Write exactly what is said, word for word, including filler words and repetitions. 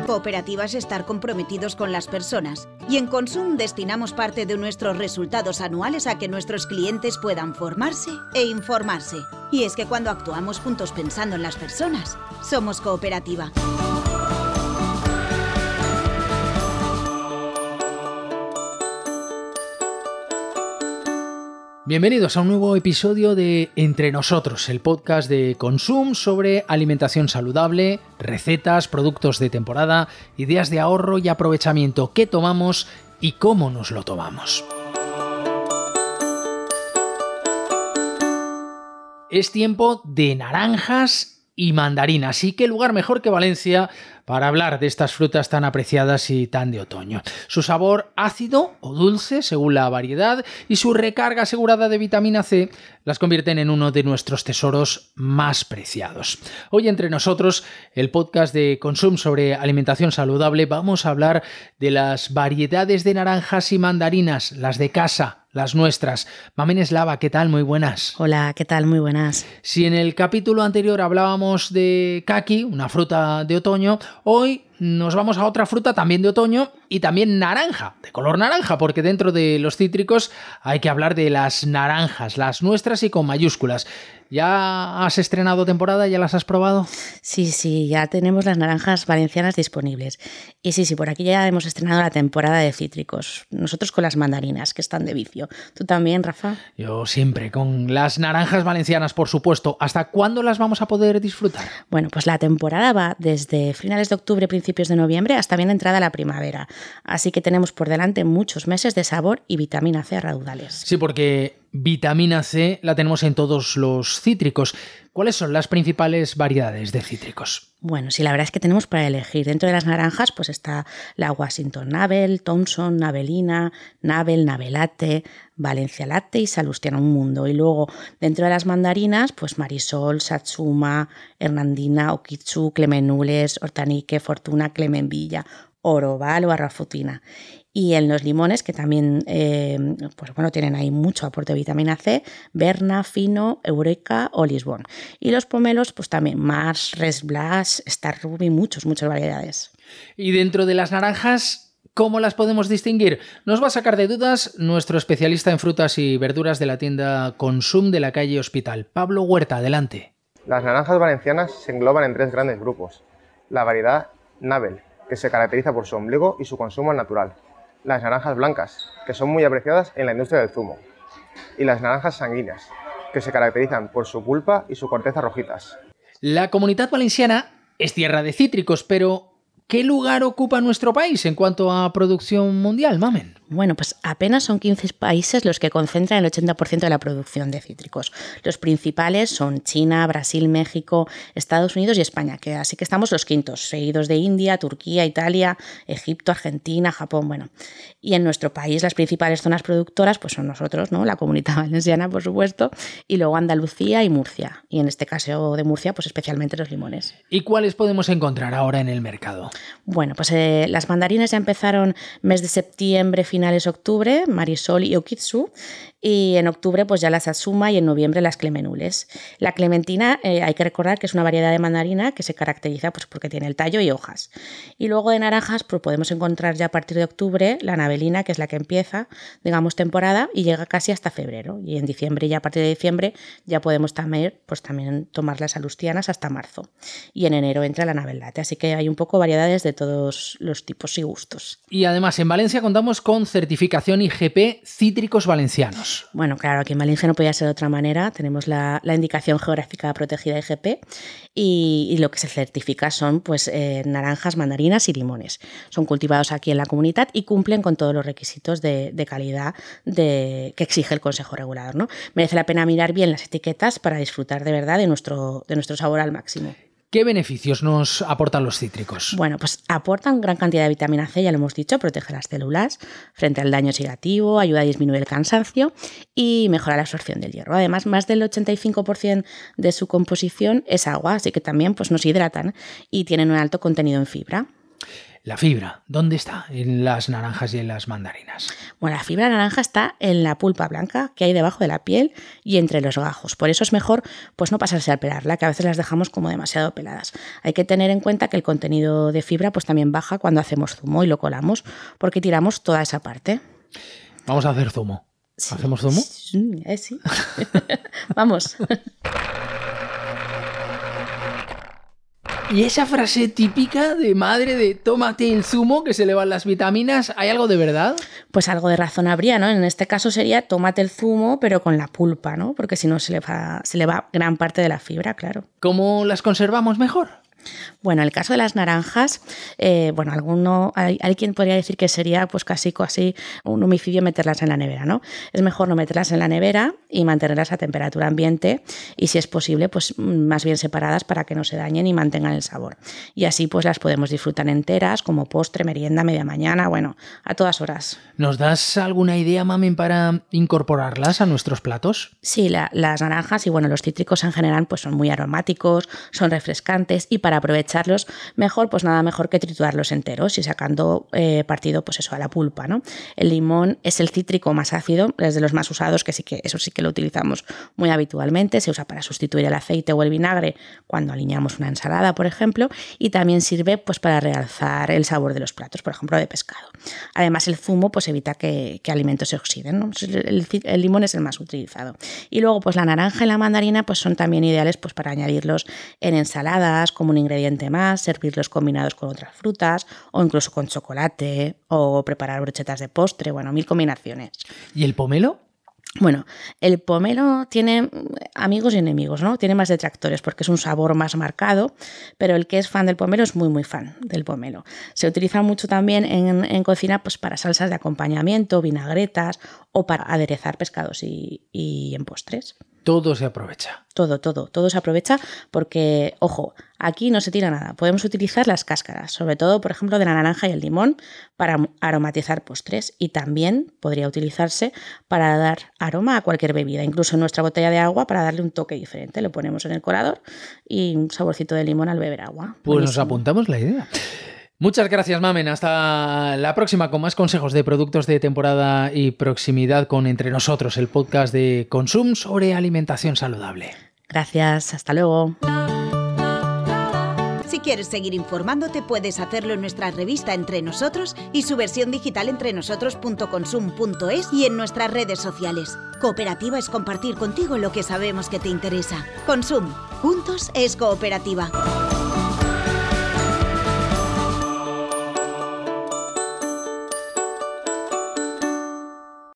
Cooperativa es estar comprometidos con las personas y en Consum destinamos parte de nuestros resultados anuales a que nuestros clientes puedan formarse e informarse. Y es que cuando actuamos juntos pensando en las personas, somos Cooperativa. Bienvenidos a un nuevo episodio de Entre Nosotros, el podcast de Consum sobre alimentación saludable, recetas, productos de temporada, ideas de ahorro y aprovechamiento, qué tomamos y cómo nos lo tomamos. Es tiempo de naranjas y mandarinas, y qué lugar mejor que Valencia para hablar de estas frutas tan apreciadas y tan de otoño. Su sabor ácido o dulce, según la variedad, y su recarga asegurada de vitamina C las convierten en uno de nuestros tesoros más preciados. Hoy Entre Nosotros, el podcast de Consum sobre alimentación saludable, vamos a hablar de las variedades de naranjas y mandarinas, las de casa, las nuestras. Mamen Eslava, ¿qué tal? Muy buenas. Hola, ¿qué tal? Muy buenas. Si en el capítulo anterior hablábamos de caqui, una fruta de otoño, hoy nos vamos a otra fruta también de otoño y también naranja, de color naranja, porque dentro de los cítricos hay que hablar de las naranjas, las nuestras y con mayúsculas. ¿Ya has estrenado temporada? ¿Ya las has probado? Sí, sí, ya tenemos las naranjas valencianas disponibles. Y sí, sí, por aquí ya hemos estrenado la temporada de cítricos. Nosotros con las mandarinas, que están de vicio. ¿Tú también, Rafa? Yo siempre, con las naranjas valencianas, por supuesto. ¿Hasta cuándo las vamos a poder disfrutar? Bueno, pues la temporada va desde finales de octubre, principios de noviembre, hasta bien entrada la primavera. Así que tenemos por delante muchos meses de sabor y vitamina C a raudales. Sí, porque vitamina C la tenemos en todos los cítricos. ¿Cuáles son las principales variedades de cítricos? Bueno, sí, la verdad es que tenemos para elegir. Dentro de las naranjas pues está la Washington Navel, Thompson, Navelina, Navel, Navelate, Valencia Latte y Salustiana, un mundo. Y luego dentro de las mandarinas pues Marisol, Satsuma, Hernandina, Okitsu, Clemenules, Hortanique, Fortuna, Clemenvilla, Oroval o Arrafotina. Y en los limones, que también eh, pues bueno, tienen ahí mucho aporte de vitamina C, Berna, Fino, Eureka o Lisbon. Y los pomelos, pues también Mars, Res Blas, Star Ruby, muchos, muchas variedades. Y dentro de las naranjas, ¿cómo las podemos distinguir? Nos va a sacar de dudas nuestro especialista en frutas y verduras de la tienda Consum de la calle Hospital, Pablo Huerta. Adelante. Las naranjas valencianas se engloban en tres grandes grupos. La variedad Navel, que se caracteriza por su ombligo y su consumo al natural. Las naranjas blancas, que son muy apreciadas en la industria del zumo. Y las naranjas sanguíneas, que se caracterizan por su pulpa y su corteza rojitas. La Comunitat Valenciana es tierra de cítricos, pero ¿qué lugar ocupa nuestro país en cuanto a producción mundial, Mamen? Bueno, pues apenas son quince países los que concentran el ochenta por ciento de la producción de cítricos. Los principales son China, Brasil, México, Estados Unidos y España, que así que estamos los quintos, seguidos de India, Turquía, Italia, Egipto, Argentina, Japón, bueno. Y en nuestro país las principales zonas productoras pues son nosotros, ¿no? La Comunidad Valenciana, por supuesto, y luego Andalucía y Murcia. Y en este caso de Murcia, pues especialmente los limones. ¿Y cuáles podemos encontrar ahora en el mercado? Bueno, pues eh, las mandarinas ya empezaron mes de septiembre, finales octubre, Marisol y Okitsu, y en octubre pues ya la Satsuma y en noviembre las Clemenules. La clementina eh, hay que recordar que es una variedad de mandarina que se caracteriza pues, porque tiene el tallo y hojas. Y luego de naranjas pues podemos encontrar ya a partir de octubre la Navelina, que es la que empieza, digamos, temporada y llega casi hasta febrero. Y en diciembre, ya a partir de diciembre, ya podemos también, pues, también tomar las alustianas hasta marzo. Y en enero entra la Navelate. Así que hay un poco variedades de todos los tipos y gustos. Y además en Valencia contamos con certificación I G P Cítricos Valencianos. Bueno, claro, aquí en Valencia no podía ser de otra manera. Tenemos la, la indicación geográfica protegida I G P y, y lo que se certifica son pues eh, naranjas, mandarinas y limones. Son cultivados aquí en la comunidad y cumplen con todos los requisitos de, de calidad de, que exige el Consejo Regulador, ¿no? Merece la pena mirar bien las etiquetas para disfrutar de verdad de nuestro, de nuestro sabor al máximo. ¿Qué beneficios nos aportan los cítricos? Bueno, pues aportan gran cantidad de vitamina C, ya lo hemos dicho, protege las células frente al daño oxidativo, ayuda a disminuir el cansancio y mejora la absorción del hierro. Además, más del ochenta y cinco por ciento de su composición es agua, así que también pues, nos hidratan y tienen un alto contenido en fibra. La fibra, ¿dónde está en las naranjas y en las mandarinas? Bueno, la fibra naranja está en la pulpa blanca que hay debajo de la piel y entre los gajos. Por eso es mejor pues no pasarse al pelarla, que a veces las dejamos como demasiado peladas. Hay que tener en cuenta que el contenido de fibra pues también baja cuando hacemos zumo y lo colamos, porque tiramos toda esa parte. Vamos a hacer zumo. Sí. ¿Hacemos zumo? Sí, eh, sí. Vamos. Y esa frase típica de madre de tómate el zumo que se le van las vitaminas, ¿hay algo de verdad? Pues algo de razón habría, ¿no? En este caso sería tómate el zumo, pero con la pulpa, ¿no? Porque si no se le va, se le va gran parte de la fibra, claro. ¿Cómo las conservamos mejor? Bueno, en el caso de las naranjas, eh, bueno, alguno, hay, hay quien podría decir que sería pues casi, casi un homicidio meterlas en la nevera, ¿no? Es mejor no meterlas en la nevera y mantenerlas a temperatura ambiente y, si es posible, pues más bien separadas para que no se dañen y mantengan el sabor. Y así pues las podemos disfrutar enteras como postre, merienda, media mañana, bueno, a todas horas. ¿Nos das alguna idea, Mamen, para incorporarlas a nuestros platos? Sí, la, las naranjas y bueno, los cítricos en general pues son muy aromáticos, son refrescantes y para aprovecharlos mejor, pues nada mejor que triturarlos enteros y sacando eh, partido pues eso a la pulpa, ¿no? El limón es el cítrico más ácido, es de los más usados, que sí que eso sí que lo utilizamos muy habitualmente, se usa para sustituir el aceite o el vinagre cuando aliñamos una ensalada, por ejemplo, y también sirve pues para realzar el sabor de los platos, por ejemplo, de pescado. Además, el zumo pues evita que, que alimentos se oxiden, ¿no? El, el, el limón es el más utilizado. Y luego pues la naranja y la mandarina pues son también ideales pues para añadirlos en ensaladas como un ingrediente más, servirlos combinados con otras frutas o incluso con chocolate o preparar brochetas de postre, bueno, mil combinaciones. ¿Y el pomelo? Bueno, el pomelo tiene amigos y enemigos, ¿no? Tiene más detractores porque es un sabor más marcado, pero el que es fan del pomelo es muy, muy fan del pomelo. Se utiliza mucho también en, en cocina pues para salsas de acompañamiento, vinagretas o para aderezar pescados y, y en postres. Todo se aprovecha. Todo, todo, todo se aprovecha porque, ojo, aquí no se tira nada. Podemos utilizar las cáscaras, sobre todo, por ejemplo, de la naranja y el limón, para aromatizar postres y también podría utilizarse para dar aroma a cualquier bebida, incluso en nuestra botella de agua para darle un toque diferente. Lo ponemos en el colador y un saborcito de limón al beber agua. Pues Buenísimo. Nos apuntamos la idea. Muchas gracias, Mamen. Hasta la próxima con más consejos de productos de temporada y proximidad con Entre Nosotros, el podcast de Consum sobre alimentación saludable. Gracias, hasta luego. Si quieres seguir informándote, puedes hacerlo en nuestra revista Entre Nosotros y su versión digital entrenosotros punto consum punto es y en nuestras redes sociales. Cooperativa es compartir contigo lo que sabemos que te interesa. Consum. Juntos es cooperativa.